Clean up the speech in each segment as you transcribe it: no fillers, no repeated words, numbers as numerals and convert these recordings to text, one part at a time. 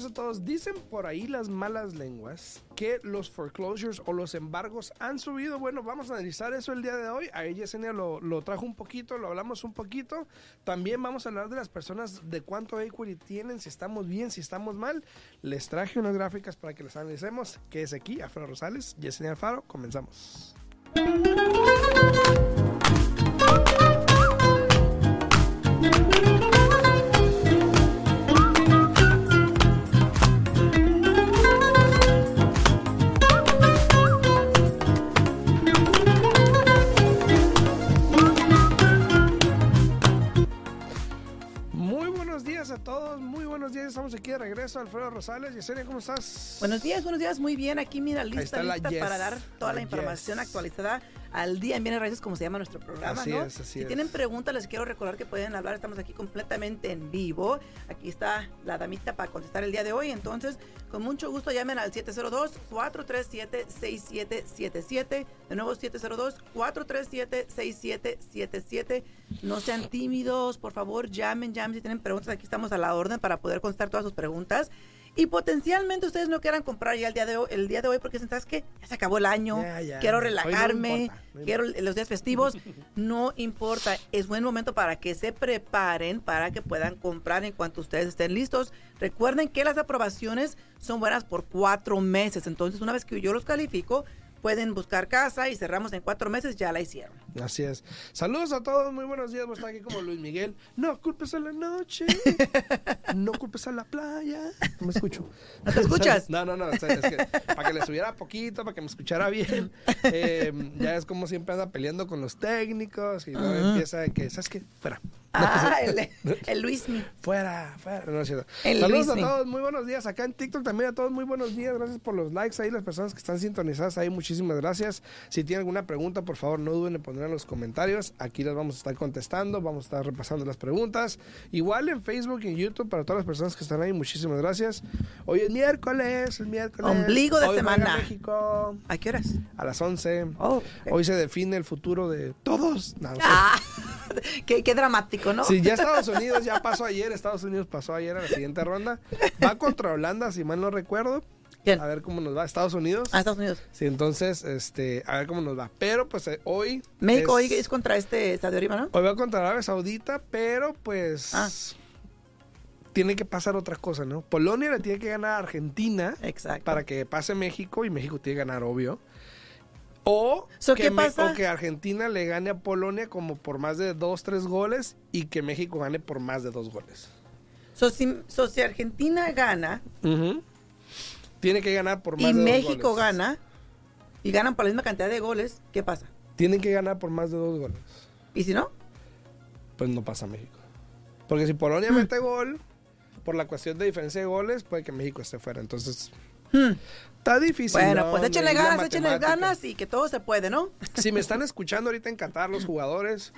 a todos. Dicen por ahí las malas lenguas que los foreclosures o los embargos han subido. Bueno, vamos a analizar eso el día de hoy. Ahí Yesenia lo trajo un poquito, lo hablamos un poquito. También vamos a hablar de las personas, de cuánto equity tienen, si estamos bien, si estamos mal. Les traje unas gráficas para que las analicemos. Que es aquí, Alfredo Rosales, Yesenia Alfaro. Comenzamos. A todos, muy buenos días, estamos aquí de regreso. Alfredo Rosales, Yesenia, ¿cómo estás? Buenos días, muy bien, aquí mira, lista para dar toda la información actualizada al día en Bienes Raíces, como se llama nuestro programa, así ¿no? Es, si tienen preguntas, les quiero recordar que pueden hablar, estamos aquí completamente en vivo, aquí está la damita para contestar el día de hoy, entonces, con mucho gusto llamen al 702-437-6777, de nuevo 702-437-6777, no sean tímidos, por favor, llamen, si tienen preguntas, aquí estamos a la orden para poder contestar todas sus preguntas. Y potencialmente ustedes no quieran comprar ya el día de hoy porque ¿sabes qué? Ya se acabó el año, quiero relajarme, no quiero los días festivos, no importa, es buen momento para que se preparen, para que puedan comprar en cuanto ustedes estén listos. Recuerden que las aprobaciones son buenas por 4 meses, entonces una vez que yo los califico, pueden buscar casa y cerramos en 4 meses, ya la hicieron. Así es. Saludos a todos, muy buenos días. Vamos a estar aquí como Luis Miguel. No culpes a la noche, no culpes a la playa. No me escucho. ¿No te escuchas? No, es que para que le subiera poquito, para que me escuchara bien. Ya es como siempre anda peleando con los técnicos y luego empieza que, ¿sabes qué? Fuera. El Luismi. Fuera. No es cierto. Saludos a todos, muy buenos días. Acá en TikTok también a todos, muy buenos días. Gracias por los likes ahí, las personas que están sintonizadas ahí. Muchísimas gracias. Si tienen alguna pregunta, por favor, no duden en poner en los comentarios. Aquí las vamos a estar contestando, vamos a estar repasando las preguntas. Igual en Facebook y en YouTube, para todas las personas que están ahí, muchísimas gracias. Hoy es miércoles. Ombligo de hoy semana. México. ¿A qué horas? A las 11. Okay. Hoy se define el futuro de todos. No sé. Qué dramático, ¿no? Sí, ya Estados Unidos ya pasó ayer. Estados Unidos pasó ayer a la siguiente ronda. Va contra Holanda, si mal no recuerdo. ¿Quién? A ver cómo nos va. ¿Estados Unidos? Estados Unidos. Sí, entonces, a ver cómo nos va. Pero, pues, hoy... México hoy es contra Saudi Arabia, ¿no? Hoy va contra Arabia Saudita, pero, pues... Tiene que pasar otra cosa, ¿no? Polonia le tiene que ganar a Argentina. Exacto. Para que pase México, y México tiene que ganar, obvio. O, ¿qué pasa? O que Argentina le gane a Polonia como por más de 2-3 goles y que México gane por más de 2 goles. Si Argentina gana... Tiene que ganar por más de 2 goles. Y México gana, y ganan por la misma cantidad de goles, ¿qué pasa? Tienen que ganar por más de 2 goles. ¿Y si no? Pues no pasa México. Porque si Polonia mete gol, por la cuestión de diferencia de goles, puede que México esté fuera. Entonces, está difícil. Bueno, pues échenle ganas y que todo se puede, ¿no? Si me están escuchando ahorita en Qatar los jugadores...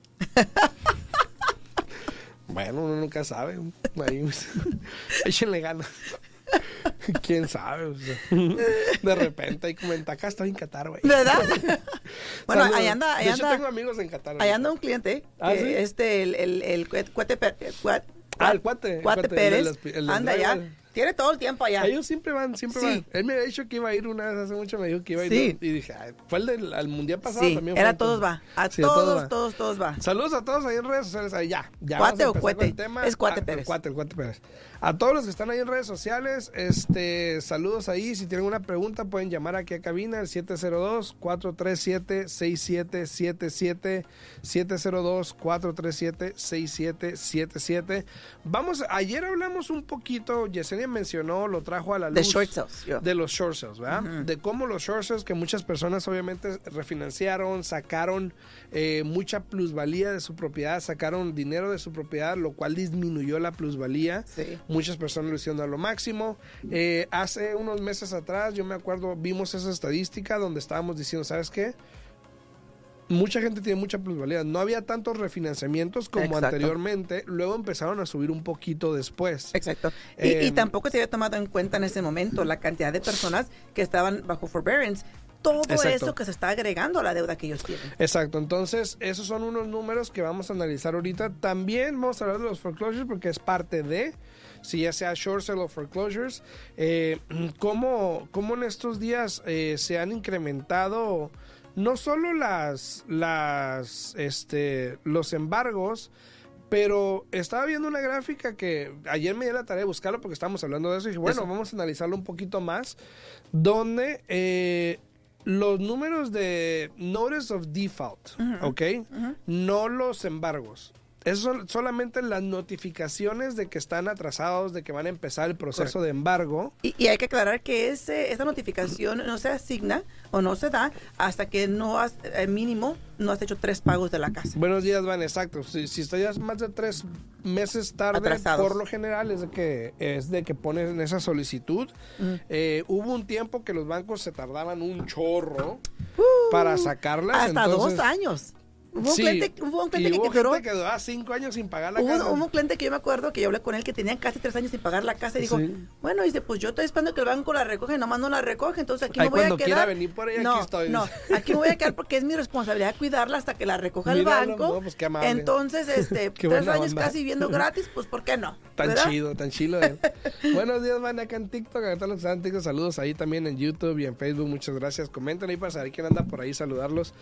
Bueno, uno nunca sabe. Ahí, échenle ganas. ¿Quién sabe? O sea, de repente ahí comenta, acá estoy en Qatar, güey. ¿Verdad? Bueno, Saludos. ahí anda. De hecho, tengo amigos en Qatar. Ahí anda un cliente. ¿Sí? El cuate Cuate Pérez. Anda allá. Tiene todo el tiempo allá. Ellos siempre van. Él me ha dicho que iba a ir una vez hace mucho, me dijo que iba a ir. Y dije, fue al mundial pasado también. Era todos va. Todos va. Saludos a todos ahí en redes sociales. Ahí ya. ¿Cuate o cuete? Es Cuate Pérez. Cuate Pérez. A todos los que están ahí en redes sociales, saludos ahí. Si tienen una pregunta, pueden llamar aquí a cabina al 702-437-6777. 702-437-6777. Ayer hablamos un poquito, Yesenia mencionó, lo trajo a la luz. De short sales. De los short sales, ¿verdad? De cómo los short sales, que muchas personas obviamente refinanciaron, sacaron mucha plusvalía de su propiedad, sacaron dinero de su propiedad, lo cual disminuyó la plusvalía. Sí. Muchas personas lo hicieron a lo máximo. Hace unos meses atrás, yo me acuerdo, vimos esa estadística donde estábamos diciendo, ¿sabes qué? Mucha gente tiene mucha plusvalía. No había tantos refinanciamientos como anteriormente. Luego empezaron a subir un poquito después. Exacto. Y tampoco se había tomado en cuenta en ese momento la cantidad de personas que estaban bajo forbearance. todo Exacto. eso que se está agregando a la deuda que ellos tienen. Exacto, entonces esos son unos números que vamos a analizar ahorita. También vamos a hablar de los foreclosures porque es parte de, si ya sea short sale o foreclosures, cómo en estos días se han incrementado no solo los embargos, pero estaba viendo una gráfica que ayer me di la tarea de buscarlo porque estábamos hablando de eso y dije, bueno, vamos a analizarlo un poquito más, donde los números de Notice of Default, ¿ok? No los embargos. Esos son solamente las notificaciones de que están atrasados, de que van a empezar el proceso de embargo. Y hay que aclarar que esa notificación no se asigna o no se da hasta que mínimo no has hecho 3 pagos de la casa. Buenos días, Van, exacto. Si estás más de 3 meses tarde, atrasados, por lo general es de que pones esa solicitud. Hubo un tiempo que los bancos se tardaban un chorro para sacarlas. Hasta entonces, 2 años. Hubo un cliente y que duró 5 años sin pagar la casa. Hubo un cliente que yo me acuerdo que yo hablé con él que tenía casi 3 años sin pagar la casa y dijo, bueno, dice, pues yo estoy esperando que el banco la recoja y nomás no la recoge, entonces aquí me voy a quedar. Quiera venir por ella, aquí estoy. No, aquí me voy a quedar porque es mi responsabilidad cuidarla hasta que la recoja el banco. No, pues qué amable. Entonces, 3 años casi viviendo gratis, pues ¿por qué no? Tan chido. Buenos días, Van, acá en TikTok, acá están los TikTok, saludos ahí también en YouTube y en Facebook, muchas gracias. Comenten ahí para saber quién anda por ahí, saludarlos.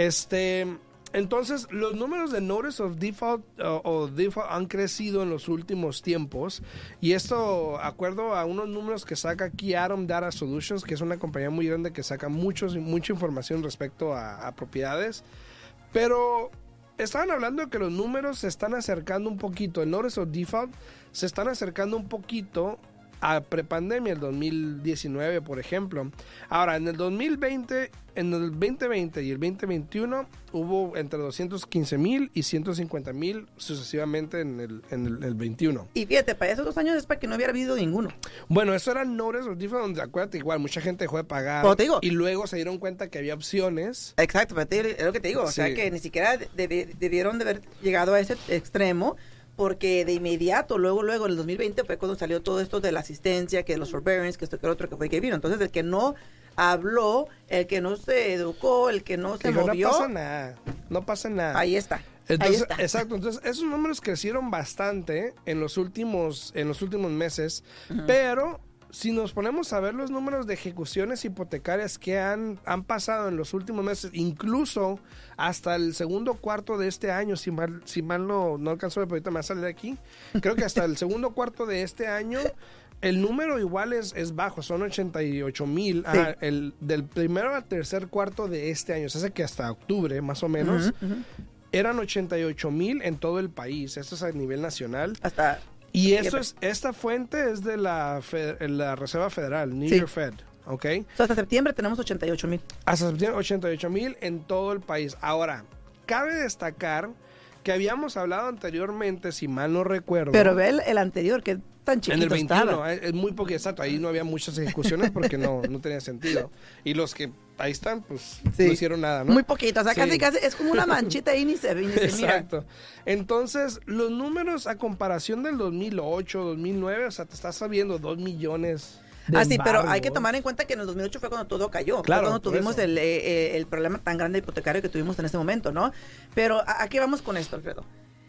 Entonces, los números de Notice of Default o Default han crecido en los últimos tiempos y esto, acuerdo a unos números que saca aquí Atom Data Solutions, que es una compañía muy grande que saca mucha información respecto a propiedades, pero estaban hablando de que los números se están acercando un poquito, el Notice of Default se están acercando un poquito a prepandemia, el 2019, por ejemplo. Ahora, en el 2020 y el 2021 hubo entre 215,000 y 150,000 sucesivamente en el 21. Y fíjate, para esos 2 años es para que no hubiera habido ninguno. Bueno, eso era Notice of Default, donde acuérdate, igual mucha gente dejó de pagar. Te digo. Y luego se dieron cuenta que había opciones. Exacto, es lo que te digo. O sea, que ni siquiera debieron de haber llegado a ese extremo. Porque de inmediato, luego en el 2020 fue cuando salió todo esto de la asistencia, que los forbearance, que esto, que el otro, que fue que vino. Entonces, el que no habló, el que no se educó, el que no se movió. No pasa nada. Ahí está. Entonces, exacto. Entonces, esos números crecieron bastante en los últimos meses, pero si nos ponemos a ver los números de ejecuciones hipotecarias que han pasado en los últimos meses, incluso hasta el segundo cuarto de este año, si mal no alcanzó, pero ahorita me va a salir aquí, creo que hasta el segundo cuarto de este año, el número igual es bajo, son 88,000. Sí. Del primero al tercer cuarto de este año, se hace que hasta octubre, más o menos, eran 88,000 en todo el país. Esto es a nivel nacional. Y esta fuente es de la Reserva Federal, New York Fed, ¿ok? Hasta septiembre tenemos 88,000. Hasta septiembre 88,000 en todo el país. Ahora, cabe destacar que habíamos hablado anteriormente, si mal no recuerdo. Pero ve el anterior, que tan chiquito en el 21, estaba. Es muy poco, exacto, ahí no había muchas ejecuciones porque no tenía sentido. Y los que ahí están, pues no hicieron nada, ¿no? Muy poquito, o sea, casi es como una manchita ahí ni se mira. Exacto. Entonces, los números a comparación del 2008, 2009, o sea, te estás sabiendo 2 millones de sí, pero hay que embargos. tomar en cuenta que en el 2008 fue cuando todo cayó. Claro, fue cuando tuvimos el problema tan grande hipotecario que tuvimos en ese momento, ¿no? Pero ¿a qué vamos con esto, Alfredo?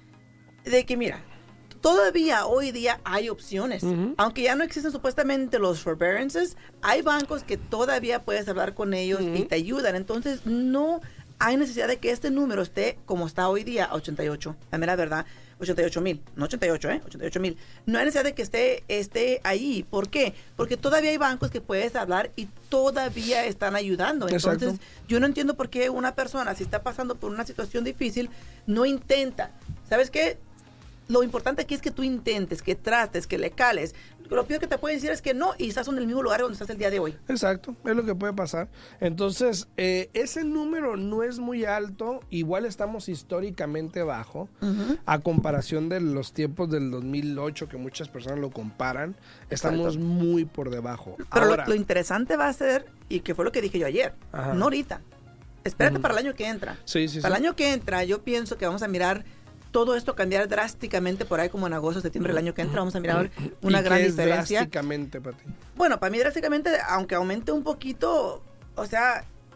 De que, mira, todavía hoy día hay opciones. Aunque ya no existen supuestamente los forbearances, hay bancos que todavía puedes hablar con ellos y te ayudan. Entonces, no hay necesidad de que este número esté como está hoy día, 88. La mera verdad, 88,000. No 88, 88,000. No hay necesidad de que esté ahí. ¿Por qué? Porque todavía hay bancos que puedes hablar y todavía están ayudando. Entonces, yo no entiendo por qué una persona, si está pasando por una situación difícil, no intenta. ¿Sabes qué? Lo importante aquí es que tú intentes, que trates, que le cales. Lo peor que te pueden decir es que no, y estás en el mismo lugar donde estás el día de hoy. Exacto, es lo que puede pasar. Entonces, ese número no es muy alto, igual estamos históricamente bajo, a comparación de los tiempos del 2008, que muchas personas lo comparan, estamos muy por debajo. Pero ahora, lo interesante va a ser, y que fue lo que dije yo ayer, no ahorita, espérate para el año que entra. Para el año que entra, yo pienso que vamos a mirar todo esto cambiar drásticamente por ahí como en agosto, septiembre del año que entra. Vamos a mirar una gran diferencia. Drásticamente para ti? Bueno, para mí drásticamente, aunque aumente un poquito, o sea,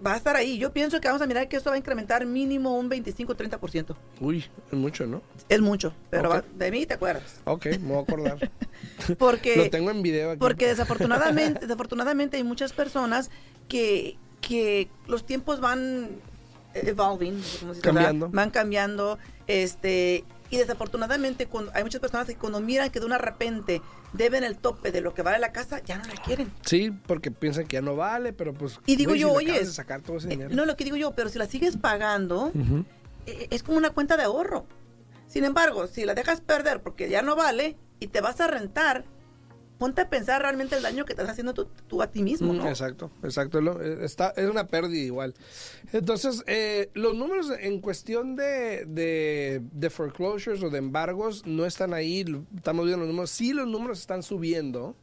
va a estar ahí. Yo pienso que vamos a mirar que esto va a incrementar mínimo un 25-30%. Uy, es mucho, ¿no? Es mucho, pero Ok. de mí te acuerdas. Ok, me voy a acordar. Porque, Lo tengo en video aquí. porque desafortunadamente hay muchas personas que los tiempos van evolving, no sé cómo se dice, Cambiando. van cambiando, y desafortunadamente hay muchas personas que cuando miran que de una repente deben el tope de lo que vale la casa, ya no la quieren. Sí, porque piensan que ya no vale, pero pues... Y digo güey, yo, si le oye, acabas de sacar todo ese dinero. no, lo que digo yo, pero si la sigues pagando, Ujú. es como una cuenta de ahorro. Sin embargo, si la dejas perder porque ya no vale y te vas a rentar, ponte a pensar realmente el daño que estás haciendo tú a ti mismo, ¿no? Exacto. Es una pérdida igual. Entonces, los números en cuestión de foreclosures o de embargos no están ahí. Estamos viendo los números. Sí, los números están subiendo,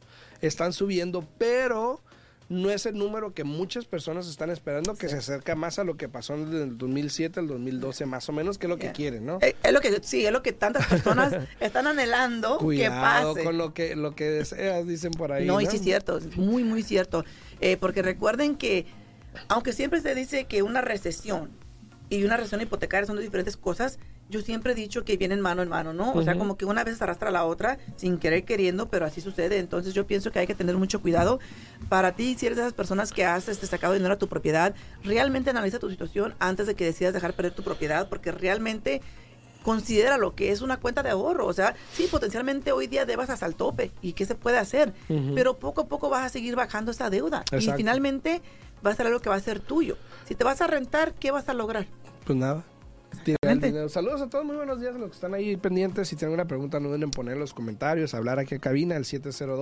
pero no es el número que muchas personas están esperando, que se acerca más a lo que pasó desde el 2007 al 2012, más o menos, que es lo que quieren, ¿no? Es lo que tantas personas están anhelando Cuidado que pase. con lo que deseas, dicen por ahí. No, y sí es cierto, es muy, muy cierto. Porque recuerden que, aunque siempre se dice que una recesión y una recesión hipotecaria son dos diferentes cosas, yo siempre he dicho que vienen mano en mano, ¿no? O sea, como que una vez se arrastra a la otra sin querer queriendo, pero así sucede. Entonces yo pienso que hay que tener mucho cuidado. Para ti, si eres de esas personas que has sacado dinero a tu propiedad, realmente analiza tu situación antes de que decidas dejar perder tu propiedad, porque realmente considera lo que es una cuenta de ahorro. O sea, sí, potencialmente hoy día debas hasta el tope. ¿Y qué se puede hacer? Pero poco a poco vas a seguir bajando esa deuda. Exacto. Y finalmente va a ser algo que va a ser tuyo. Si te vas a rentar, ¿qué vas a lograr? Pues nada. Tirar el dinero. Saludos a todos, muy buenos días a los que están ahí pendientes. Si tienen alguna pregunta, no duden en poner en los comentarios, hablar aquí a cabina, el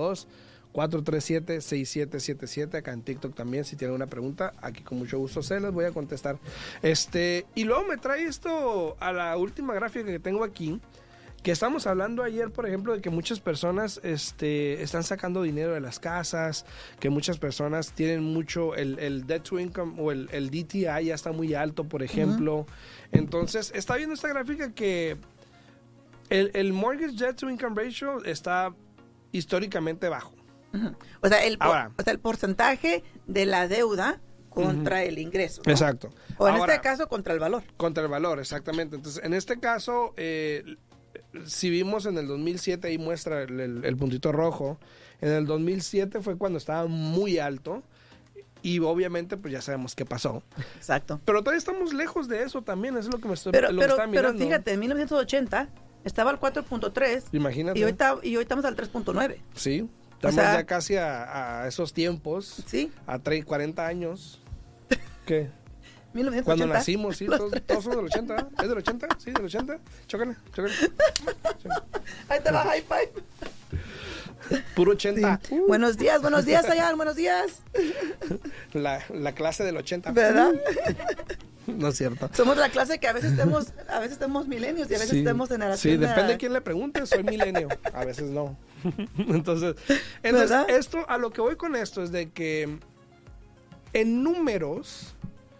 702-437-6777, acá en TikTok también. Si tienen una pregunta, aquí con mucho gusto se las voy a contestar. Y luego me trae esto a la última gráfica que tengo aquí, que estamos hablando ayer, por ejemplo, de que muchas personas están sacando dinero de las casas, que muchas personas tienen mucho, el debt to income o el DTI ya está muy alto, por ejemplo. Entonces, está viendo esta gráfica que el mortgage debt to income ratio está históricamente bajo. O sea, el porcentaje de la deuda contra el ingreso, ¿no? Exacto. O en Ahora, este caso, contra el valor. Contra el valor, exactamente. Entonces, en este caso, si vimos en el 2007, ahí muestra el puntito rojo, en el 2007 fue cuando estaba muy alto y obviamente pues ya sabemos qué pasó. Exacto. Pero todavía estamos lejos de eso también, eso es lo que me estoy Pero mirando. fíjate, en 1980 estaba al 4.3 Imagínate. y hoy estamos al 3.9. Sí, estamos ya casi a esos tiempos, Sí. a 40 años. ¿Qué? 1980. Cuando nacimos, sí, todos son del 80, ¿eh? ¿Es del 80? Sí, del 80. Chócale. Ahí te va, high five. Puro 80. Sí. Buenos días, Ayala, buenos días. La clase del 80. ¿Verdad? No es cierto. Somos la clase que a veces estemos milenios y a veces estemos generación. Sí, depende de quién le pregunte, soy milenio, a veces no. Entonces ¿verdad? esto, a lo que voy con esto es de que en números,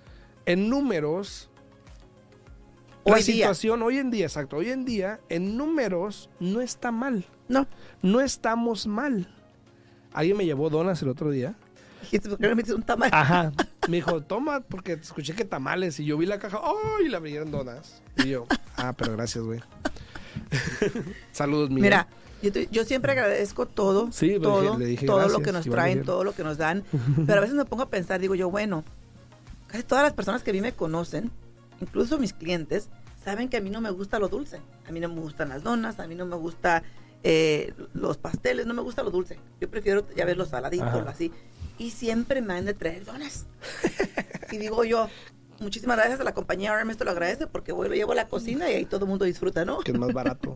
la situación hoy en día, exacto, hoy en día, en números no está mal. No estamos mal. Alguien me llevó donas el otro día. Dijiste, ¿por qué no me metiste un tamal? Ajá. Me dijo, toma, porque escuché que tamales. Y yo vi la caja, ¡ay! Y la abrieron donas. Y yo, pero gracias, güey. Saludos, Miguel. Mira, yo siempre agradezco todo, Sí, todo gracias, lo que nos traen, todo lo que nos dan. Pero a veces me pongo a pensar, digo yo, bueno, casi todas las personas que a mí me conocen, incluso mis clientes, saben que a mí no me gusta lo dulce. A mí no me gustan las donas, a mí no me gusta los pasteles, no me gusta lo dulce. Yo prefiero ya ver los saladitos, así. Y siempre me han de traer donas. Y digo yo, muchísimas gracias a la compañía Hermes, te lo agradece porque voy, lo llevo a la cocina y ahí todo el mundo disfruta, ¿no? Que es más barato.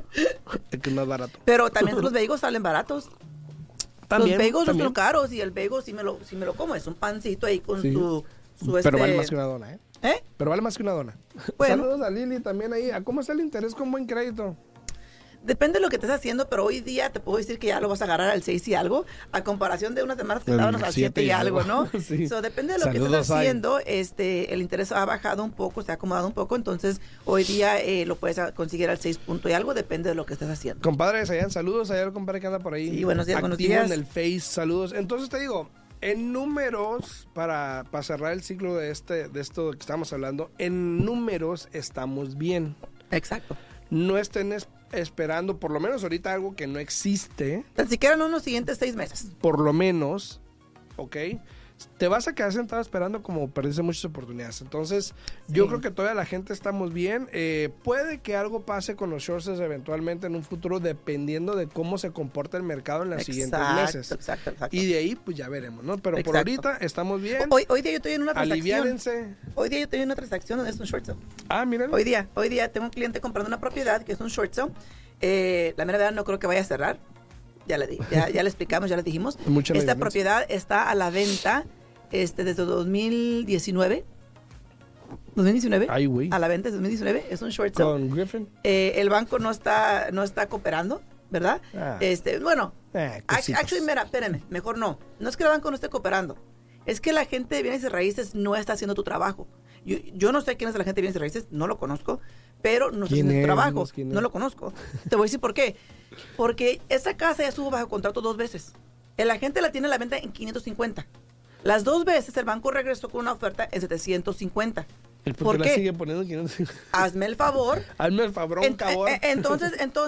Pero también los bagels salen baratos. También, los bagels no son caros y el bagel si me lo como, es un pancito ahí con su Pero vale más que una dona, ¿Eh? Pero vale más que una dona. Bueno. Saludos a Lili también ahí. ¿Cómo está el interés con buen crédito? Depende de lo que estés haciendo, pero hoy día te puedo decir que ya lo vas a agarrar al 6 y algo, a comparación de unas semanas que estábamos al 7 y algo, ¿no? Sí. Depende de lo que estés haciendo, el interés ha bajado un poco, se ha acomodado un poco, entonces hoy día lo puedes conseguir al 6 punto y algo, depende de lo que estés haciendo. Compadre, saludos allá al compadre que anda por ahí. Sí, buenos días, activo buenos días. en el Face, saludos. Entonces te digo, En números, para cerrar el ciclo de esto que estamos hablando, en números estamos bien. Exacto. No estén esperando, por lo menos ahorita, algo que no existe. Tan siquiera en unos siguientes 6 meses. Por lo menos, ¿ok? Te vas a quedar sentado esperando como perdiste muchas oportunidades. Entonces, yo creo que todavía la gente estamos bien. Puede que algo pase con los shorts eventualmente en un futuro, dependiendo de cómo se comporta el mercado en los siguientes meses. Exacto. Y de ahí, pues ya veremos, ¿no? Pero por ahorita estamos bien. Hoy día yo estoy en una transacción. Aliviánense. Hoy día yo estoy en una transacción donde es un short sale. Ah, miren. Hoy día tengo un cliente comprando una propiedad que es un short sale. La mera verdad no creo que vaya a cerrar. Ya le explicamos, ya le dijimos. Esta propiedad está a la venta desde 2019. 2019. Ay, güey. A la venta desde 2019. Es un short sale. Con Griffin. El banco no está cooperando, ¿verdad? Actually, mira, espérenme, mejor no. No es que el banco no esté cooperando. Es que la gente de bienes y raíces no está haciendo tu trabajo. Yo no sé quién es la gente de bienes y raíces, no lo conozco, pero no está haciendo tu trabajo. No lo conozco. Te voy a decir por qué. Porque esta casa ya estuvo bajo contrato 2 veces. El agente la tiene a la venta en 550. Las 2 veces el banco regresó con una oferta en 750. ¿Por qué la sigue poniendo 550? Hazme el favor. Hazme el favor, cabrón. Entonces,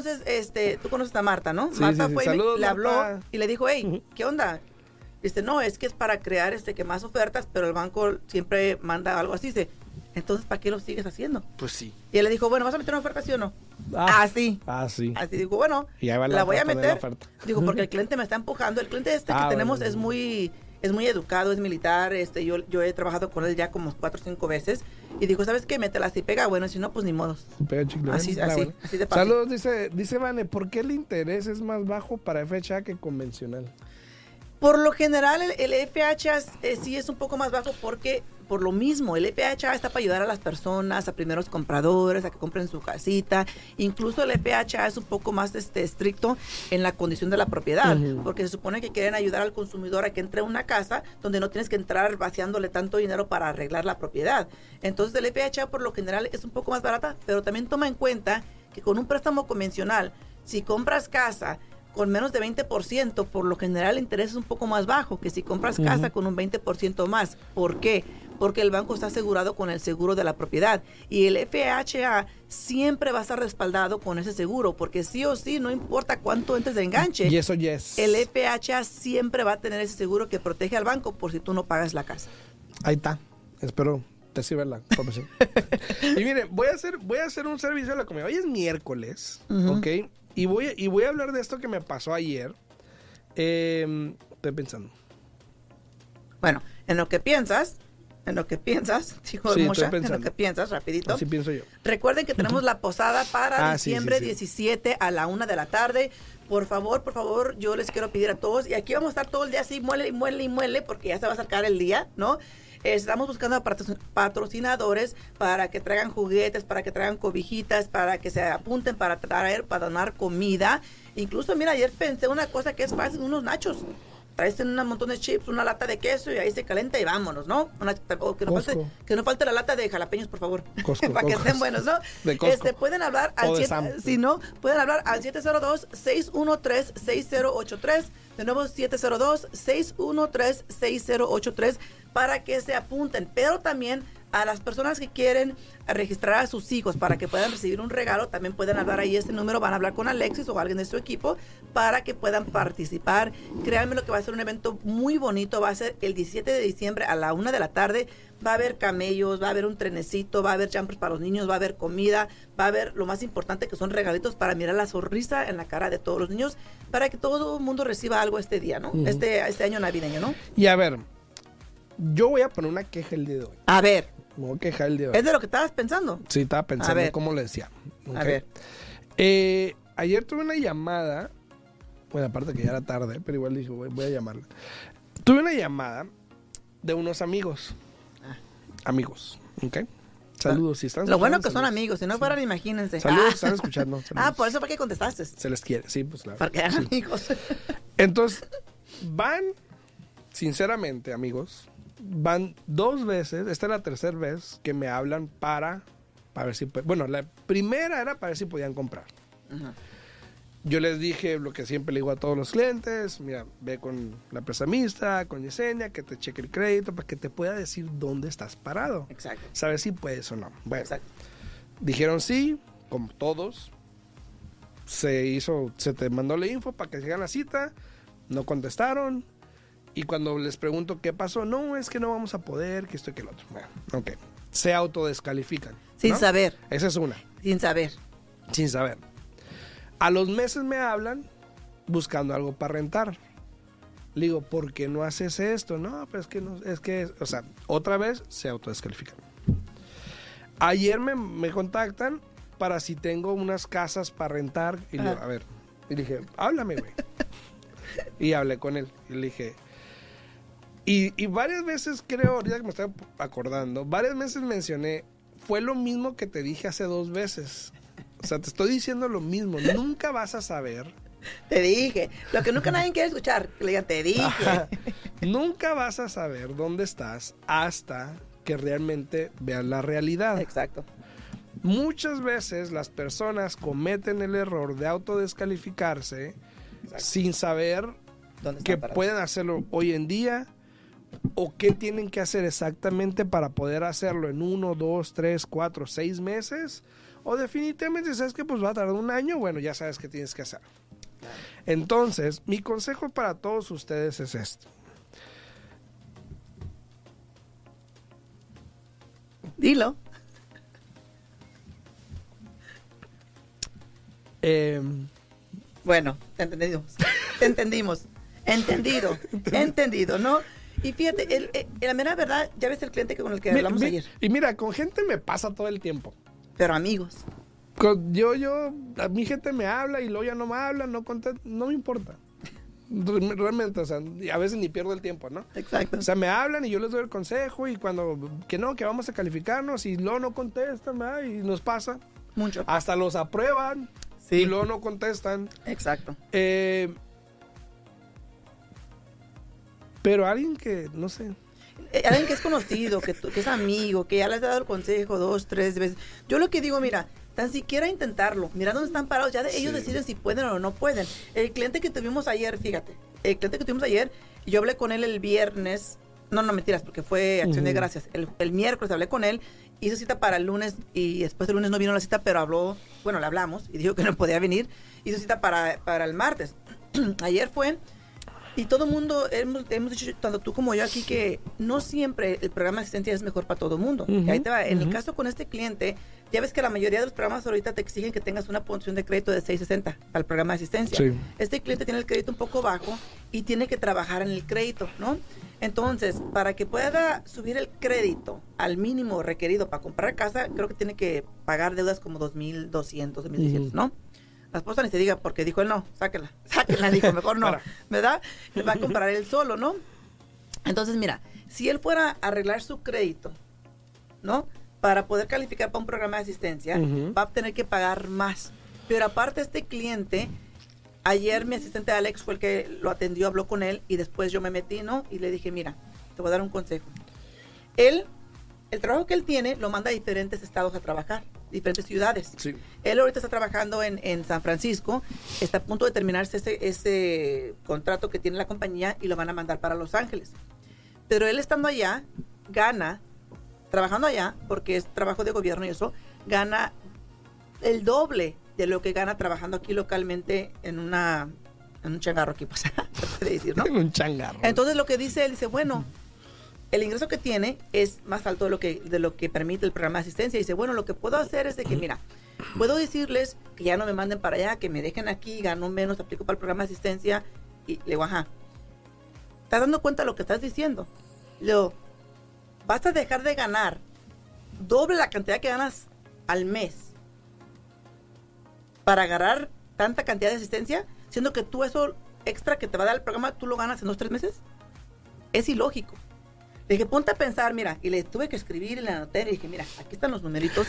tú conoces a Marta, ¿no? Sí, Marta sí. fue Saludos, y le habló Marta. y le dijo, hey, ¿qué onda? Dice, no, es que es para crear que más ofertas, pero el banco siempre manda algo así. Dice, entonces, ¿para qué lo sigues haciendo? Pues sí. Y él le dijo, bueno, ¿vas a meter una oferta, sí o no? Sí. Sí. Así digo, bueno, Y ahí va la voy a meter. Digo, Porque el cliente me está empujando. El cliente que tenemos es muy educado, es militar. Yo he trabajado con él ya como 4 o 5 veces. Y dijo, ¿sabes qué? Métela si pega. Bueno, si no, pues ni modos. Pega chicle. Así de fácil. Saludos, dice Vane, ¿por qué el interés es más bajo para FHA que convencional? Por lo general, el FHA sí es un poco más bajo porque, por lo mismo, el FHA está para ayudar a las personas, a primeros compradores, a que compren su casita. Incluso el FHA es un poco más estricto en la condición de la propiedad, porque se supone que quieren ayudar al consumidor a que entre a una casa donde no tienes que entrar vaciándole tanto dinero para arreglar la propiedad. Entonces, el FHA, por lo general, es un poco más barata, pero también toma en cuenta que con un préstamo convencional, si compras casa con menos de 20%, por lo general el interés es un poco más bajo que si compras casa con un 20% más. ¿Por qué? Porque el banco está asegurado con el seguro de la propiedad y el FHA siempre va a estar respaldado con ese seguro, porque sí o sí, no importa cuánto entres de enganche, y eso yes. El FHA siempre va a tener ese seguro que protege al banco por si tú no pagas la casa. Ahí está. Espero te sirva la información. Y miren, voy a hacer un servicio de la comida. Hoy es miércoles, ¿ok? Y voy a hablar de esto que me pasó ayer. Estoy pensando. Bueno, en lo que piensas, hijo de Mosha, en lo que piensas, rapidito. Así pienso yo. Recuerden que tenemos la posada para diciembre 17 a la 1 de la tarde. Por favor, yo les quiero pedir a todos, y aquí vamos a estar todo el día así, muele, porque ya se va a acercar el día, ¿no? Estamos buscando patrocinadores para que traigan juguetes, para que traigan cobijitas, para que se apunten para donar comida. Incluso, mira, ayer pensé una cosa que es fácil, unos nachos. Traes un montón de chips, una lata de queso y ahí se calienta y vámonos, ¿no? Que no falte la lata de jalapeños, por favor. Para que estén buenos, ¿no? Pueden hablar al 702-613-6083. De nuevo, 702-613-6083 para que se apunten. Pero también a las personas que quieren registrar a sus hijos para que puedan recibir un regalo, también pueden hablar ahí este número, van a hablar con Alexis o alguien de su equipo para que puedan participar. Créanme lo que va a ser un evento muy bonito, va a ser el 17 de diciembre a la 1 de la tarde, va a haber camellos, va a haber un trenecito, va a haber jumpers para los niños, va a haber comida, va a haber lo más importante que son regalitos para mirar la sonrisa en la cara de todos los niños, para que todo el mundo reciba algo este día, ¿no? Este año navideño, ¿no? Y a ver, yo voy a poner una queja el día de hoy. A ver. Me voy a quejar el día de hoy. ¿Es de lo que estabas pensando? Sí, estaba pensando cómo le decía. Okay. A ver. Ayer tuve una llamada, bueno, aparte que ya era tarde, pero igual dije, voy a llamarla. Tuve una llamada de unos amigos. Amigos, ¿ok? Saludos, si están escuchando. Lo bueno que son amigos, si no fueran, imagínense. Saludos, están escuchando. Saludos. Por eso, ¿para qué contestaste? Se les quiere, sí, pues claro. Para que eran amigos. Entonces, sinceramente, amigos, van 2 veces, esta es la 3ª vez que me hablan para ver si... Bueno, la primera era para ver si podían comprar. Yo les dije lo que siempre le digo a todos los clientes, mira, ve con la prestamista, con Yesenia, que te cheque el crédito para que te pueda decir dónde estás parado. Exacto. Sabes si puedes o no. Bueno, Exacto. dijeron sí, como todos. Se te mandó la info para que llegan a la cita, no contestaron. Y cuando les pregunto qué pasó, no, es que no vamos a poder, que esto y que el otro. Bueno, ok. Se autodescalifican. Sin ¿no? saber. Esa es una. Sin saber. Sin saber. A los meses me hablan buscando algo para rentar. Le digo, ¿por qué no haces esto? No, pues es que, o sea, otra vez se autodescalifican. Ayer me contactan para si tengo unas casas para rentar. Y le digo, a ver, y le dije, háblame, güey. Y hablé con él. Y le dije, y varias veces creo, ahorita que me estoy acordando, varias veces mencioné, fue lo mismo que te dije hace 2 veces. O sea, te estoy diciendo lo mismo. Nunca vas a saber. Te dije. Lo que nunca nadie quiere escuchar. Que le digan, te dije. Ajá. Nunca vas a saber dónde estás hasta que realmente veas la realidad. Exacto. Muchas veces las personas cometen el error de autodescalificarse sin saber que pueden hacerlo hoy en día o qué tienen que hacer exactamente para poder hacerlo en 1, 2, 3, 4, 6 meses. O definitivamente sabes que pues va a tardar 1 año, bueno, ya sabes qué tienes que hacer. Entonces, mi consejo para todos ustedes es esto. Dilo. Bueno, te entendimos. Te entendimos. Entendido, ¿no? Y fíjate, la mera verdad, ya ves el cliente con el que hablamos ayer. Y mira, con gente me pasa todo el tiempo. Pero amigos. A mi gente me habla y luego ya no me habla, no contesta, no me importa. Realmente, o sea, a veces ni pierdo el tiempo, ¿no? Exacto. O sea, me hablan y yo les doy el consejo y cuando, que vamos a calificarnos y luego no contestan, ¿verdad? Y nos pasa. Mucho. Hasta los aprueban y luego no contestan. Exacto. Pero alguien que, no sé. Alguien que es conocido, que es amigo, que ya les ha dado el consejo 2, 3 veces. Yo lo que digo, mira, tan siquiera intentarlo. Mira dónde están parados. Ya ellos deciden si pueden o no pueden. El cliente que tuvimos ayer, fíjate. Yo hablé con él el viernes. No, mentiras, porque fue Acción de Gracias. El miércoles hablé con él. Hizo cita para el lunes y después del lunes no vino la cita, pero le hablamos y dijo que no podía venir. Hizo cita para el martes. Ayer fue. Y todo el mundo, hemos dicho, tanto tú como yo aquí, que no siempre el programa de asistencia es mejor para todo el mundo. Y ahí te va. En el caso con este cliente, ya ves que la mayoría de los programas ahorita te exigen que tengas una puntuación de crédito de 660 para el programa de asistencia. Sí. Este cliente tiene el crédito un poco bajo y tiene que trabajar en el crédito, ¿no? Entonces, para que pueda subir el crédito al mínimo requerido para comprar casa, creo que tiene que pagar deudas como 2,200, 2,600, ¿no? La esposa ni se diga, porque dijo él, no, sáquenla, dijo, mejor no, ¿verdad? Le va a comprar él solo, ¿no? Entonces, mira, si él fuera a arreglar su crédito, ¿no? Para poder calificar para un programa de asistencia, va a tener que pagar más. Pero aparte, este cliente, ayer mi asistente Alex fue el que lo atendió, habló con él, y después yo me metí, ¿no? Y le dije, mira, te voy a dar un consejo. El trabajo que él tiene lo manda a diferentes estados a trabajar, diferentes ciudades. Sí. Él ahorita está trabajando en San Francisco, está a punto de terminarse ese contrato que tiene la compañía y lo van a mandar para Los Ángeles. Pero él estando allá, trabajando allá, porque es trabajo de gobierno y eso, gana el doble de lo que gana trabajando aquí localmente en un changarro aquí, pues, se puede decir, ¿no? En un changarro. Entonces lo que dice él, dice, bueno, el ingreso que tiene es más alto de lo que permite el programa de asistencia. Y dice, bueno, lo que puedo hacer es de que, mira, puedo decirles que ya no me manden para allá, que me dejen aquí, gano menos, aplico para el programa de asistencia. Y le digo, ajá, ¿estás dando cuenta de lo que estás diciendo? Le digo, vas a dejar de ganar doble la cantidad que ganas al mes para agarrar tanta cantidad de asistencia, siendo que tú eso extra que te va a dar el programa, tú lo ganas en 2, 3 meses. Es ilógico. Le dije, ponte a pensar, mira, y le tuve que escribir y le anoté, y dije, mira, aquí están los numeritos.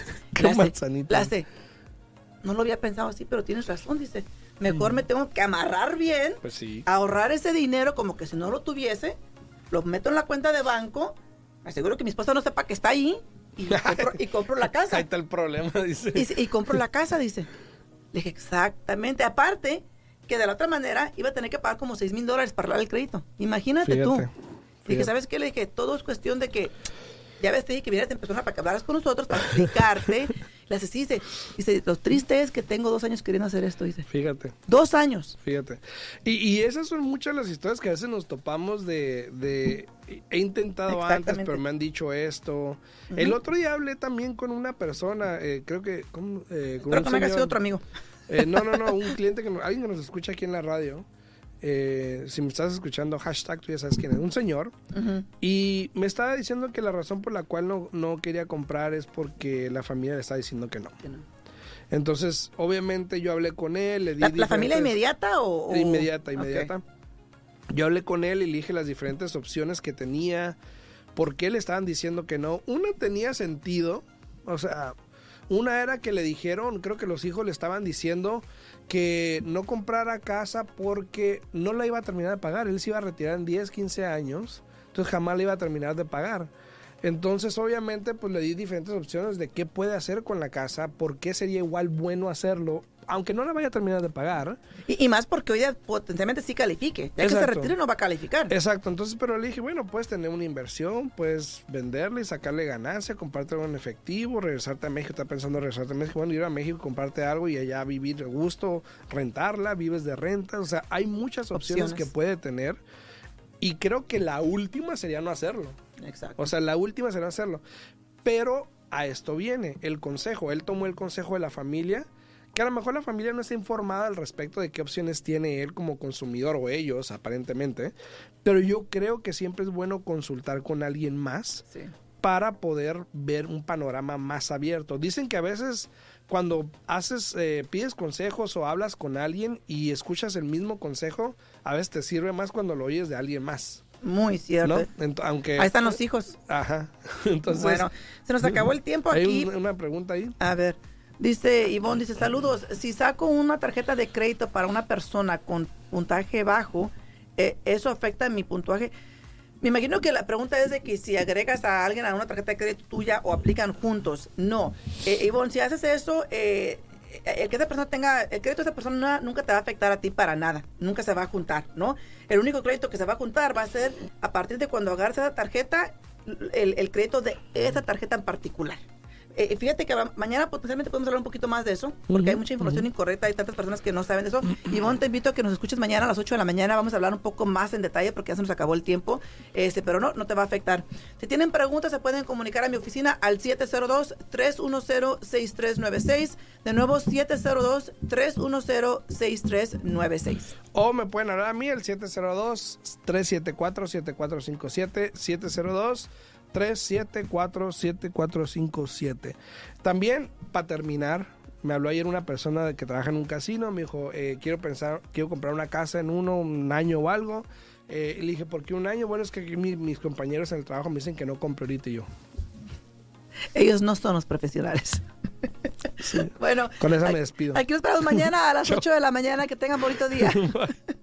No lo había pensado así, pero tienes razón, dice. Mejor me tengo que amarrar bien, pues sí, ahorrar ese dinero como que si no lo tuviese, lo meto en la cuenta de banco, me aseguro que mi esposa no sepa que está ahí y compro la casa. Ahí está el problema, dice. Y compro la casa, dice. Le Le dije, exactamente. Aparte, que de la otra manera iba a tener que pagar como $6,000 para darle el crédito. Imagínate tú. Dije, ¿sabes qué? Le dije, todo es cuestión de que, ya ves, te dije que vinieras en persona para que hablaras con nosotros, para explicarte. Le dice, lo triste es que tengo 2 años queriendo hacer esto, dice. Fíjate. 2 años. Fíjate. Y esas son muchas las historias que a veces nos topamos de he intentado antes, pero me han dicho esto. El otro día hablé también con una persona, creo que con Creo que me ha sido otro amigo. No, un cliente, alguien que nos escucha aquí en la radio. Si me estás escuchando, hashtag, tú ya sabes quién es, un señor. Y me estaba diciendo que la razón por la cual no quería comprar es porque la familia le está diciendo que no. Entonces, obviamente yo hablé con él, le di ¿La familia inmediata o...? Inmediata. Okay. Yo hablé con él y le dije las diferentes opciones que tenía, por qué le estaban diciendo que no. Una tenía sentido, o sea, una era que le dijeron, creo que los hijos le estaban diciendo que no comprara casa porque no la iba a terminar de pagar. Él se iba a retirar en 10, 15 años, entonces jamás la iba a terminar de pagar. Entonces, obviamente, pues le di diferentes opciones de qué puede hacer con la casa, por qué sería igual bueno hacerlo, aunque no la vaya a terminar de pagar. Y más porque hoy potencialmente sí califique. Ya que se retire no va a calificar. Exacto. Entonces, pero le dije, bueno, puedes tener una inversión, puedes venderle y sacarle ganancia, comprarte algo en efectivo, regresarte a México. Está pensando regresarte a México. Bueno, ir a México, comprarte algo y allá vivir de gusto, rentarla, vives de renta. O sea, hay muchas opciones que puede tener. Y creo que la última sería no hacerlo. Exacto. O sea, la última sería hacerlo. Pero a esto viene el consejo. Él tomó el consejo de la familia, que a lo mejor la familia no está informada al respecto de qué opciones tiene él como consumidor o ellos, aparentemente. Pero yo creo que siempre es bueno consultar con alguien más para poder ver un panorama más abierto. Dicen que a veces cuando pides consejos o hablas con alguien y escuchas el mismo consejo, a veces te sirve más cuando lo oyes de alguien más. Muy cierto. ¿No? Aunque, ahí están los hijos. Ajá. Entonces, bueno, se nos acabó el tiempo aquí. Hay una pregunta ahí. A ver, dice Ivonne, dice, saludos, si saco una tarjeta de crédito para una persona con puntaje bajo, ¿eso afecta mi puntaje? Me imagino que la pregunta es de que si agregas a alguien a una tarjeta de crédito tuya o aplican juntos. No. Ivonne, si haces eso, el que esa persona tenga, el crédito de esa persona nunca te va a afectar a ti para nada, nunca se va a juntar, ¿no? El único crédito que se va a juntar va a ser a partir de cuando agarres esa tarjeta, el crédito de esa tarjeta en particular. Fíjate que mañana potencialmente podemos hablar un poquito más de eso, porque hay mucha información incorrecta, hay tantas personas que no saben de eso. Ivonne, te invito a que nos escuches mañana a las 8 de la mañana, vamos a hablar un poco más en detalle porque ya se nos acabó el tiempo, pero no te va a afectar. Si tienen preguntas, se pueden comunicar a mi oficina al 702-310-6396, de nuevo 702-310-6396. O me pueden hablar a mí al 702-374-7457, 702-374-7457. También, para terminar, me habló ayer una persona que trabaja en un casino, me dijo, quiero comprar una casa en un año o algo. Le dije, ¿por qué un año? Bueno, es que aquí mis compañeros en el trabajo me dicen que no compro ahorita y yo. Ellos no son los profesionales. Sí. Bueno, con esa me despido. Aquí nos esperamos mañana a las 8 de la mañana. Que tengan bonito día.